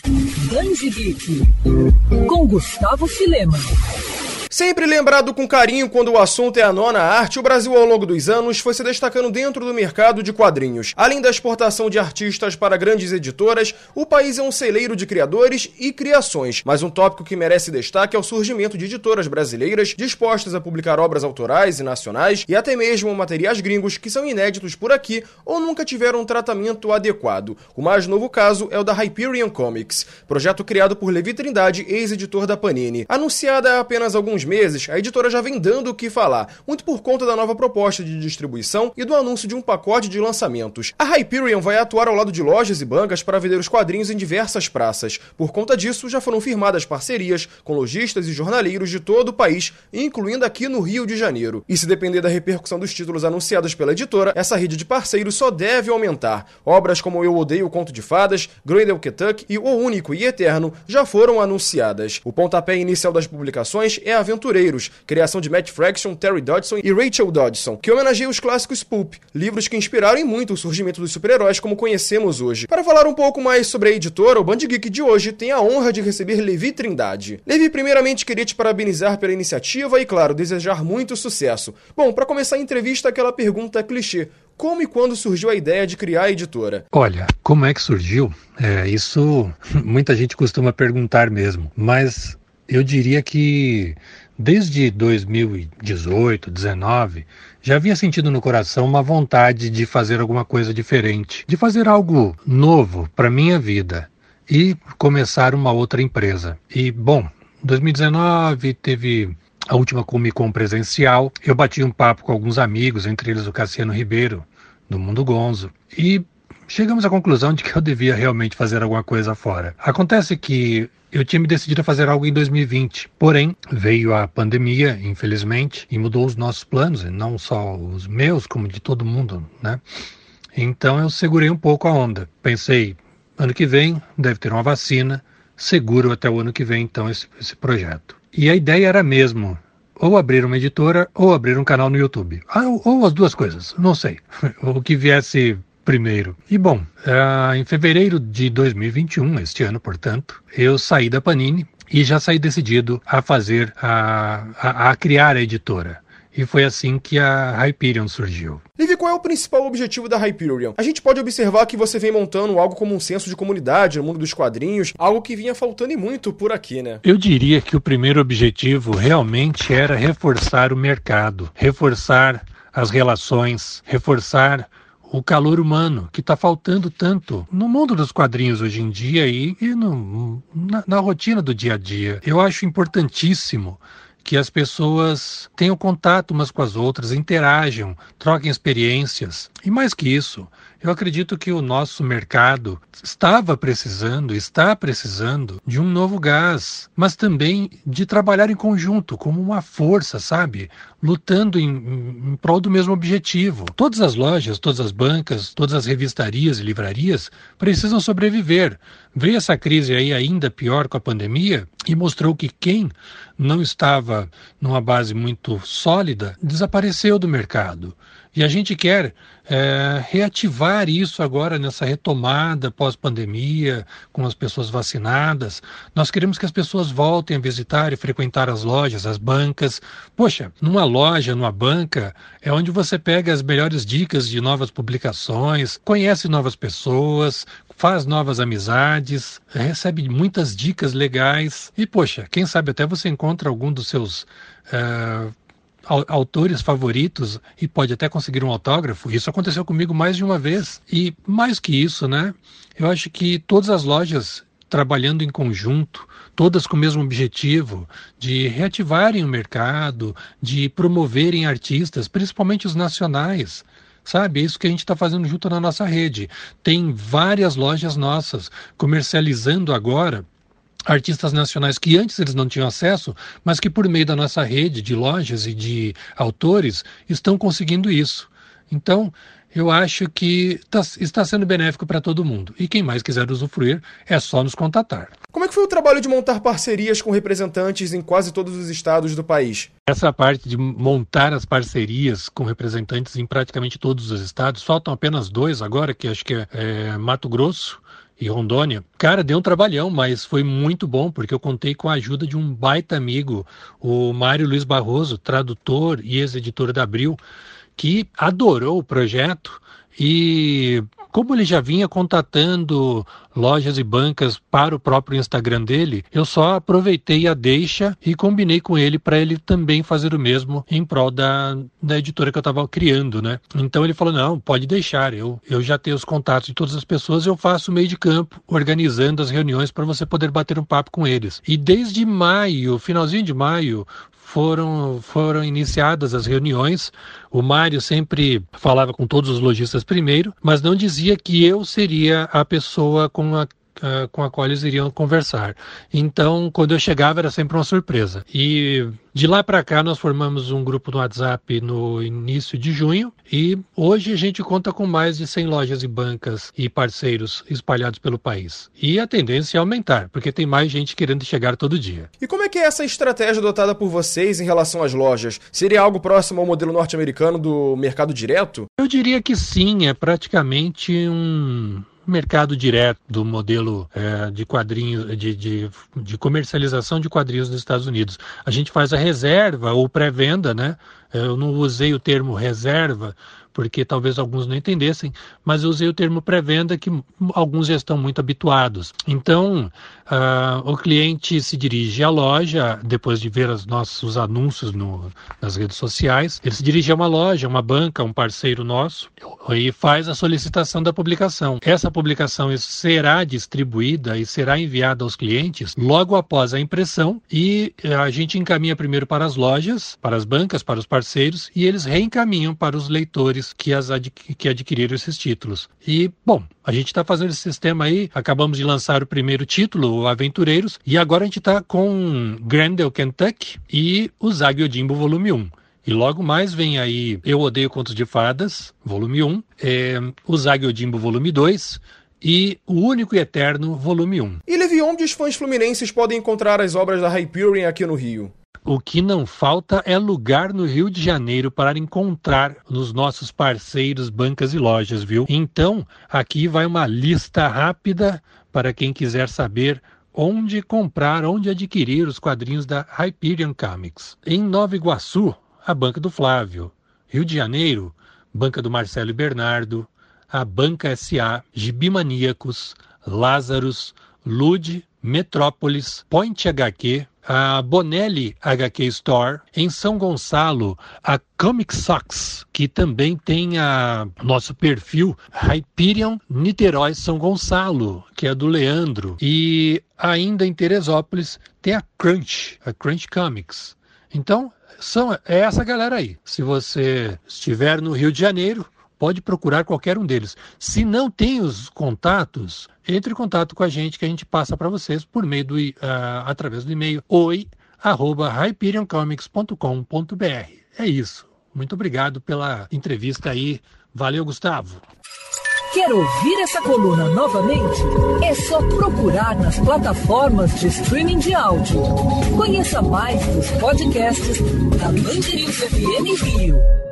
Band Geek, com Gustavo Filema. Sempre lembrado com carinho quando o assunto é a nona arte, o Brasil ao longo dos anos foi se destacando dentro do mercado de quadrinhos. Além da exportação de artistas para grandes editoras, o país é um celeiro de criadores e criações. Mas um tópico que merece destaque é o surgimento de editoras brasileiras dispostas a publicar obras autorais e nacionais e até mesmo materiais gringos que são inéditos por aqui ou nunca tiveram um tratamento adequado. O mais novo caso é o da Hyperion Comics, projeto criado por Levi Trindade, ex-editor da Panini. Anunciada há apenas alguns meses, a editora já vem dando o que falar, muito por conta da nova proposta de distribuição e do anúncio de um pacote de lançamentos. A Hyperion vai atuar ao lado de lojas e bancas para vender os quadrinhos em diversas praças. Por conta disso, já foram firmadas parcerias com lojistas e jornaleiros de todo o país, incluindo aqui no Rio de Janeiro. E se depender da repercussão dos títulos anunciados pela editora, essa rede de parceiros só deve aumentar. Obras como Eu Odeio o Conto de Fadas, Grindelwald e O Único e Eterno já foram anunciadas. O pontapé inicial das publicações é Aventureiros, criação de Matt Fraction, Terry Dodson e Rachel Dodson, que homenageia os clássicos pulp, livros que inspiraram em muito o surgimento dos super-heróis como conhecemos hoje. Para falar um pouco mais sobre a editora, o Band Geek de hoje tem a honra de receber Levi Trindade. Levi, primeiramente queria te parabenizar pela iniciativa e, claro, desejar muito sucesso. Bom, para começar a entrevista, aquela pergunta clichê. Como e quando surgiu a ideia de criar a editora? Olha, como é que surgiu? Isso muita gente costuma perguntar mesmo, mas eu diria que desde 2018, 2019, já havia sentido no coração uma vontade de fazer alguma coisa diferente, de fazer algo novo para minha vida e começar uma outra empresa. E, bom, 2019 teve a última Comic Con presencial, eu bati um papo com alguns amigos, entre eles o Cassiano Ribeiro, do Mundo Gonzo, e chegamos à conclusão de que eu devia realmente fazer alguma coisa fora. Acontece que eu tinha me decidido a fazer algo em 2020, porém veio a pandemia, infelizmente, e mudou os nossos planos, e não só os meus, como de todo mundo, né? Então eu segurei um pouco a onda. Pensei, ano que vem deve ter uma vacina, seguro até o ano que vem então esse projeto. E a ideia era mesmo, ou abrir uma editora ou abrir um canal no YouTube. Ou as duas coisas, não sei, o que viesse primeiro. E bom, em fevereiro de 2021, este ano, portanto, eu saí da Panini e já saí decidido a fazer, a criar a editora. E foi assim que a Hyperion surgiu. Levi, qual é o principal objetivo da Hyperion? A gente pode observar que você vem montando algo como um senso de comunidade no mundo dos quadrinhos, algo que vinha faltando e muito por aqui, né? Eu diria que o primeiro objetivo realmente era reforçar o mercado, reforçar as relações, reforçar o calor humano, que está faltando tanto no mundo dos quadrinhos hoje em dia e na rotina do dia a dia. Eu acho importantíssimo que as pessoas tenham contato umas com as outras, interajam, troquem experiências. E mais que isso, eu acredito que o nosso mercado está precisando de um novo gás, mas também de trabalhar em conjunto, como uma força, sabe? Lutando em prol do mesmo objetivo. Todas as lojas, todas as bancas, todas as revistarias e livrarias precisam sobreviver. Veio essa crise aí ainda pior com a pandemia e mostrou que quem não estava numa base muito sólida desapareceu do mercado. E a gente quer reativar isso agora nessa retomada pós-pandemia, com as pessoas vacinadas. Nós queremos que as pessoas voltem a visitar e frequentar as lojas, as bancas. Poxa, numa loja, numa banca, é onde você pega as melhores dicas de novas publicações, conhece novas pessoas, faz novas amizades, recebe muitas dicas legais. E, poxa, quem sabe até você encontra algum dos seus autores favoritos e pode até conseguir um autógrafo. Isso aconteceu comigo mais de uma vez. E mais que isso, né? Eu acho que todas as lojas trabalhando em conjunto, todas com o mesmo objetivo de reativarem o mercado, de promoverem artistas, principalmente os nacionais. Sabe, é isso que a gente está fazendo junto na nossa rede. Tem várias lojas nossas comercializando agora artistas nacionais que antes eles não tinham acesso, mas que por meio da nossa rede de lojas e de autores estão conseguindo isso. Então, eu acho que está sendo benéfico para todo mundo. E quem mais quiser usufruir, é só nos contatar. Como é que foi o trabalho de montar parcerias com representantes em quase todos os estados do país? Essa parte de montar as parcerias com representantes em praticamente todos os estados, faltam apenas 2 agora, que acho que é Mato Grosso e Rondônia. Cara, deu um trabalhão, mas foi muito bom, porque eu contei com a ajuda de um baita amigo, o Mário Luiz Barroso, tradutor e ex-editor da Abril, que adorou o projeto e, como ele já vinha contatando lojas e bancas para o próprio Instagram dele, eu só aproveitei a deixa e combinei com ele para ele também fazer o mesmo em prol da editora que eu estava criando, né? Então ele falou, não, pode deixar, eu já tenho os contatos de todas as pessoas, eu faço o meio de campo, organizando as reuniões para você poder bater um papo com eles. E desde maio, finalzinho de maio, foram iniciadas as reuniões. O Mário sempre falava com todos os lojistas primeiro, mas não dizia que eu seria a pessoa com a qual eles iriam conversar. Então, quando eu chegava, era sempre uma surpresa. E de lá para cá, nós formamos um grupo no WhatsApp no início de junho, e hoje a gente conta com mais de 100 lojas e bancas e parceiros espalhados pelo país. E a tendência é aumentar, porque tem mais gente querendo chegar todo dia. E como é que é essa estratégia adotada por vocês em relação às lojas? Seria algo próximo ao modelo norte-americano do mercado direto? Eu diria que sim, é praticamente um mercado direto do modelo de quadrinhos, de comercialização de quadrinhos nos Estados Unidos. A gente faz a reserva ou pré-venda, né? Eu não usei o termo reserva, porque talvez alguns não entendessem, mas eu usei o termo pré-venda, que alguns já estão muito habituados. Então, o cliente se dirige à loja, depois de ver os nossos anúncios nas redes sociais, ele se dirige a uma loja, uma banca, um parceiro nosso, e faz a solicitação da publicação. Essa publicação será distribuída e será enviada aos clientes logo após a impressão, e a gente encaminha primeiro para as lojas, para as bancas, para os parceiros, e eles reencaminham para os leitores que adquiriram esses títulos. E, bom, a gente está fazendo esse sistema aí, acabamos de lançar o primeiro título, o Aventureiros, e agora a gente está com Grendel, Kentucky e o Zag e Jimbo Volume 1. E logo mais vem aí Eu Odeio Contos de Fadas, Volume 1, o Zag e Jimbo Volume 2 e O Único e Eterno, Volume 1. E Levi, onde os fãs fluminenses podem encontrar as obras da Hyperion aqui no Rio? O que não falta é lugar no Rio de Janeiro para encontrar nos nossos parceiros, bancas e lojas, viu? Então, aqui vai uma lista rápida para quem quiser saber onde comprar, onde adquirir os quadrinhos da Hyperion Comics. Em Nova Iguaçu, a Banca do Flávio. Rio de Janeiro, Banca do Marcelo e Bernardo, a Banca S.A., Gibi Maníacos, Lázaros, Lude, Metrópolis, Point HQ, a Bonelli HQ Store, em São Gonçalo, a Comic Socks, que também tem nosso perfil Hyperion Niterói São Gonçalo, que é do Leandro, e ainda em Teresópolis tem a Crunch Comics. Então, é essa galera aí. Se você estiver no Rio de Janeiro, pode procurar qualquer um deles. Se não tem os contatos, entre em contato com a gente, que a gente passa para vocês por meio através do e-mail oi@hyperioncomics.com.br. É isso. Muito obrigado pela entrevista aí. Valeu, Gustavo. Quer ouvir essa coluna novamente? É só procurar nas plataformas de streaming de áudio. Conheça mais dos podcasts da Band News FM Rio.